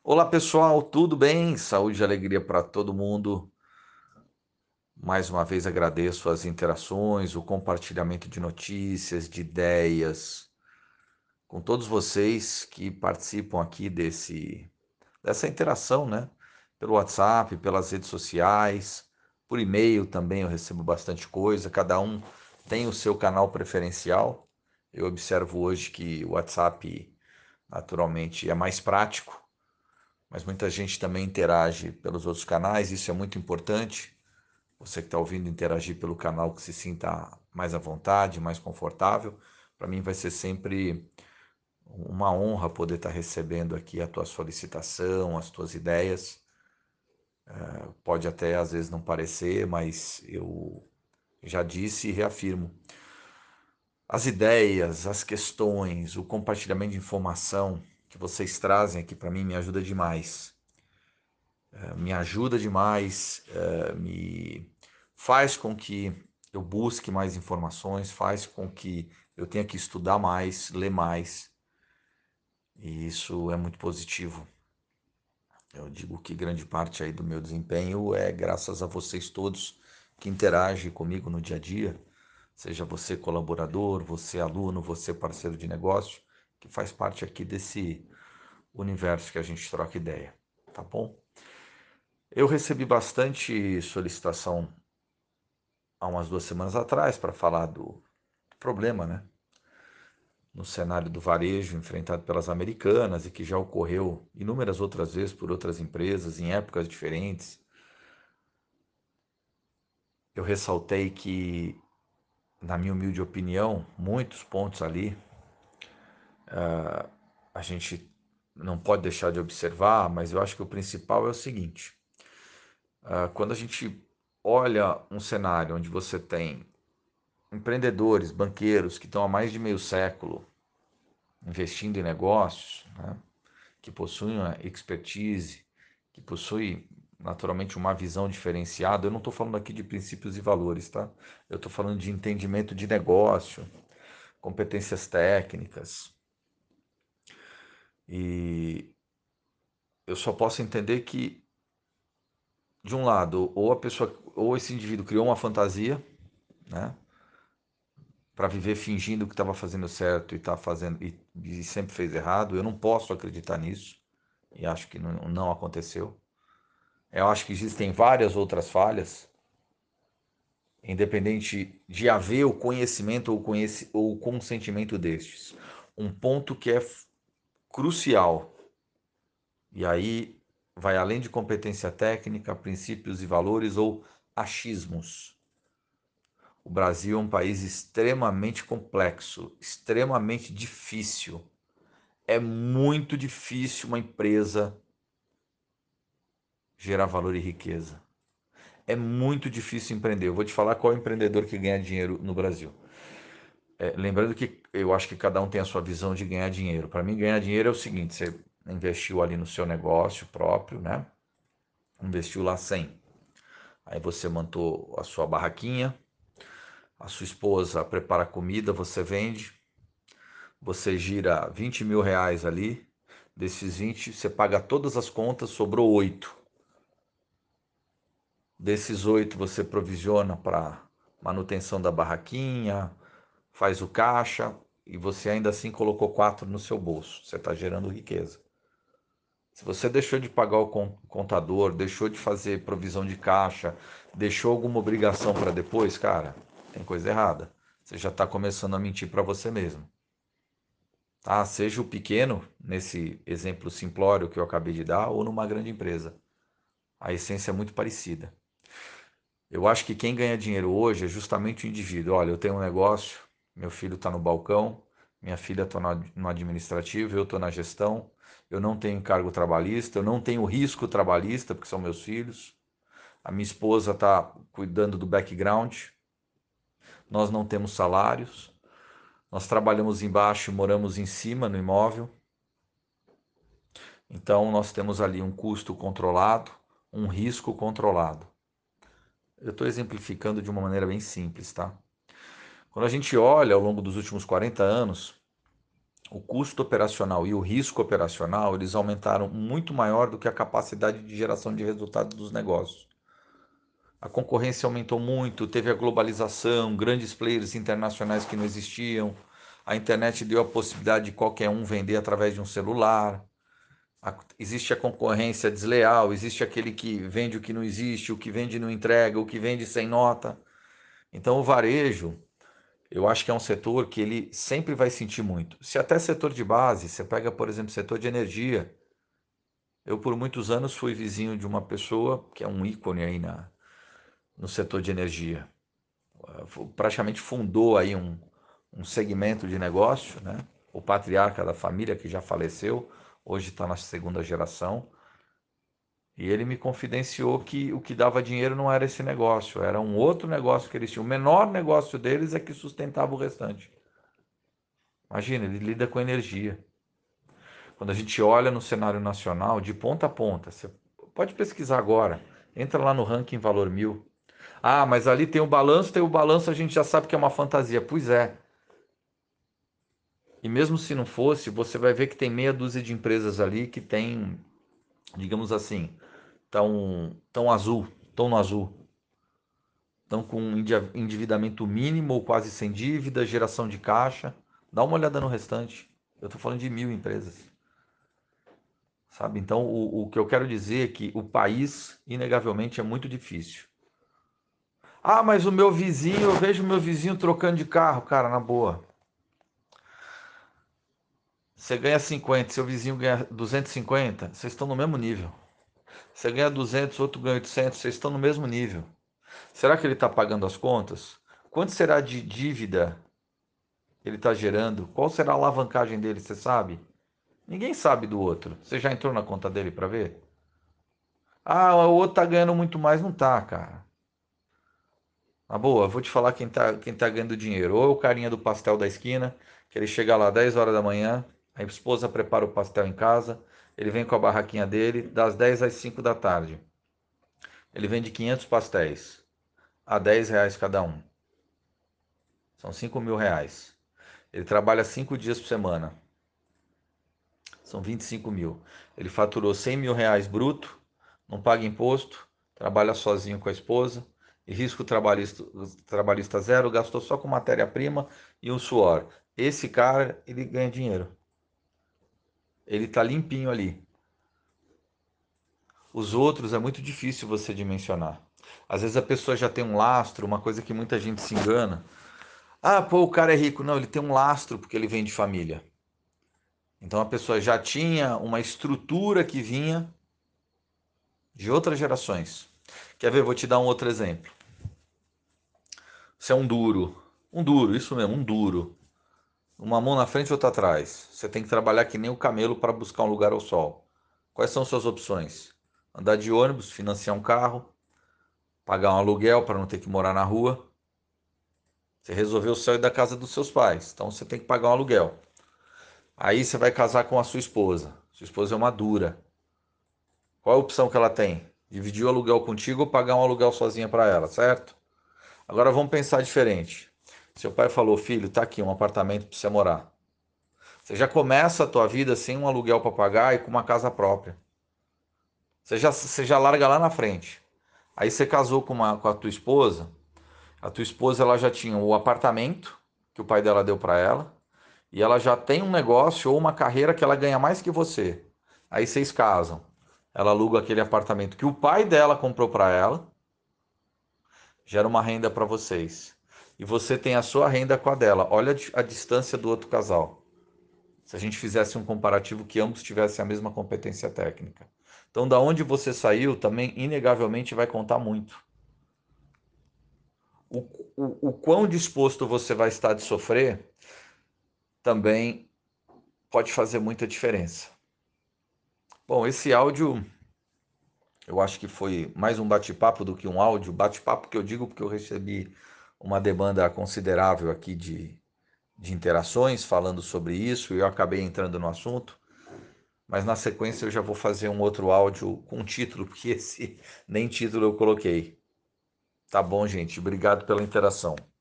Olá pessoal, tudo bem? Saúde e alegria para todo mundo. Mais uma vez agradeço as interações, o compartilhamento de notícias, de ideias, com todos vocês que participam aqui dessa interação, né? Pelo WhatsApp, pelas redes sociais, por e-mail também eu recebo bastante coisa, cada um tem o seu canal preferencial. Eu observo hoje que o WhatsApp naturalmente é mais prático, mas muita gente também interage pelos outros canais, isso é muito importante. Você que está ouvindo interagir pelo canal, que se sinta mais à vontade, mais confortável. Para mim vai ser sempre uma honra poder estar recebendo aqui a tua solicitação, as tuas ideias. Pode até às vezes não parecer, mas eu já disse e reafirmo. As ideias, as questões, o compartilhamento de informação que vocês trazem aqui para mim me ajuda demais. Me ajuda demais, me faz com que eu busque mais informações, faz com que eu tenha que estudar mais, ler mais, e isso é muito positivo. Eu digo que grande parte aí do meu desempenho é graças a vocês todos que interagem comigo no dia a dia, seja você colaborador, você aluno, você parceiro de negócio, que faz parte aqui desse universo que a gente troca ideia, tá bom? Eu recebi bastante solicitação há umas 2 semanas atrás para falar do problema, né, no cenário do varejo enfrentado pelas americanas e que já ocorreu inúmeras outras vezes por outras empresas em épocas diferentes. Eu ressaltei que, na minha humilde opinião, muitos pontos ali a gente não pode deixar de observar, mas eu acho que o principal é o seguinte: quando a gente olha um cenário onde você tem empreendedores, banqueiros que estão há mais de meio século investindo em negócios, né, que possuem uma expertise, que possuem naturalmente uma visão diferenciada. Eu não estou falando aqui de princípios e valores, tá? Eu estou falando de entendimento de negócio, competências técnicas. E eu só posso entender que, de um lado, ou a pessoa, ou esse indivíduo criou uma fantasia, né, para viver fingindo que estava fazendo certo e tá fazendo e sempre fez errado. Eu não posso acreditar nisso e acho que não aconteceu. Eu acho que existem várias outras falhas, independente de haver o conhecimento ou o consentimento destes. Um ponto que é crucial, e aí vai além de competência técnica, princípios e valores ou achismos. O Brasil é um país extremamente complexo, extremamente difícil. É muito difícil uma empresa gerar valor e riqueza. É muito difícil empreender. Eu vou te falar qual é o empreendedor que ganha dinheiro no Brasil. Lembrando que eu acho que cada um tem a sua visão de ganhar dinheiro. Para mim, ganhar dinheiro é o seguinte: você investiu ali no seu negócio próprio, né? Investiu lá 100. Aí você montou a sua barraquinha, a sua esposa prepara a comida, você vende, você gira R$ 20.000 ali. Desses 20, você paga todas as contas, sobrou 8. Desses 8, você provisiona para manutenção da barraquinha, faz o caixa e você ainda assim colocou 4 no seu bolso. Você está gerando riqueza. Se você deixou de pagar o contador, deixou de fazer provisão de caixa, deixou alguma obrigação para depois, cara, tem coisa errada. Você já está começando a mentir para você mesmo. Tá? Seja o pequeno, nesse exemplo simplório que eu acabei de dar, ou numa grande empresa. A essência é muito parecida. Eu acho que quem ganha dinheiro hoje é justamente o indivíduo. Olha, eu tenho um negócio, meu filho está no balcão, minha filha está no administrativo, eu estou na gestão, eu não tenho cargo trabalhista, eu não tenho risco trabalhista, porque são meus filhos, a minha esposa está cuidando do background, nós não temos salários, nós trabalhamos embaixo e moramos em cima no imóvel, então nós temos ali um custo controlado, um risco controlado. Eu estou exemplificando de uma maneira bem simples, tá? Quando a gente olha ao longo dos últimos 40 anos, o custo operacional e o risco operacional, eles aumentaram muito maior do que a capacidade de geração de resultado dos negócios. A concorrência aumentou muito, teve a globalização, grandes players internacionais que não existiam. A internet deu a possibilidade de qualquer um vender através de um celular. Existe a concorrência desleal, existe aquele que vende o que não existe, o que vende não entrega, o que vende sem nota. Então o varejo, eu acho que é um setor que ele sempre vai sentir muito. Se até setor de base, você pega, por exemplo, setor de energia. Eu por muitos anos fui vizinho de uma pessoa que é um ícone aí no setor de energia. Praticamente fundou aí um segmento de negócio, né? O patriarca da família que já faleceu, hoje está na segunda geração. E ele me confidenciou que o que dava dinheiro não era esse negócio, era um outro negócio que eles tinham. O menor negócio deles é que sustentava o restante. Imagina, ele lida com energia. Quando a gente olha no cenário nacional, de ponta a ponta, você pode pesquisar agora, entra lá no ranking Valor 1000. Ah, mas ali tem o balanço a gente já sabe que é uma fantasia. Pois é. E mesmo se não fosse, você vai ver que tem meia dúzia de empresas ali que tem, digamos assim, tão azul, tão no azul. Estão com endividamento mínimo ou quase sem dívida, geração de caixa. Dá uma olhada no restante. Eu estou falando de 1000 empresas. Sabe? Então, o que eu quero dizer é que o país, inegavelmente, é muito difícil. Ah, mas o meu vizinho, eu vejo o meu vizinho trocando de carro, cara, na boa. Você ganha 50, seu vizinho ganha 250, vocês estão no mesmo nível. Você ganha 200, outro ganha 800, vocês estão no mesmo nível. Será que ele está pagando as contas? Quanto será de dívida ele está gerando? Qual será a alavancagem dele, você sabe? Ninguém sabe do outro. Você já entrou na conta dele para ver? Ah, o outro tá ganhando muito mais. Não tá, cara. Na boa, vou te falar quem tá ganhando dinheiro. Ou é o carinha do pastel da esquina, que ele chega lá 10 horas da manhã, a esposa prepara o pastel em casa, ele vem com a barraquinha dele, das 10 às 5 da tarde. Ele vende 500 pastéis, a R$ 10 cada um. São R$ 5.000. Ele trabalha 5 dias por semana. São 25 mil. Ele faturou R$ 100.000 bruto, não paga imposto, trabalha sozinho com a esposa, e risco trabalhista zero, gastou só com matéria-prima e um suor. Esse cara, ele ganha dinheiro. Ele está limpinho ali. Os outros é muito difícil você dimensionar. Às vezes a pessoa já tem um lastro, uma coisa que muita gente se engana. Ah, pô, o cara é rico. Não, ele tem um lastro porque ele vem de família. Então a pessoa já tinha uma estrutura que vinha de outras gerações. Quer ver? Vou te dar um outro exemplo. Você é um duro. Um duro, isso mesmo, um duro. Uma mão na frente e outra atrás. Você tem que trabalhar que nem o camelo para buscar um lugar ao sol. Quais são suas opções? Andar de ônibus, financiar um carro, pagar um aluguel para não ter que morar na rua. Você resolveu sair da casa dos seus pais, então você tem que pagar um aluguel. Aí você vai casar com a sua esposa. Sua esposa é uma dura. Qual a opção que ela tem? Dividir o aluguel contigo ou pagar um aluguel sozinha para ela, certo? Agora vamos pensar diferente. Seu pai falou, filho, tá aqui um apartamento para você morar. Você já começa a tua vida sem um aluguel para pagar e com uma casa própria. Você já larga lá na frente. Aí você casou com a tua esposa. A tua esposa ela já tinha o apartamento que o pai dela deu para ela. E ela já tem um negócio ou uma carreira que ela ganha mais que você. Aí vocês casam. Ela aluga aquele apartamento que o pai dela comprou para ela, gera uma renda para vocês. E você tem a sua renda com a dela. Olha a distância do outro casal. Se a gente fizesse um comparativo que ambos tivessem a mesma competência técnica. Então, da onde você saiu também, inegavelmente, vai contar muito. O quão disposto você vai estar de sofrer também pode fazer muita diferença. Bom, esse áudio eu acho que foi mais um bate-papo do que um áudio. Bate-papo que eu digo porque eu recebi uma demanda considerável aqui de interações falando sobre isso e eu acabei entrando no assunto. Mas na sequência eu já vou fazer um outro áudio com título, porque esse nem título eu coloquei. Tá bom, gente? Obrigado pela interação.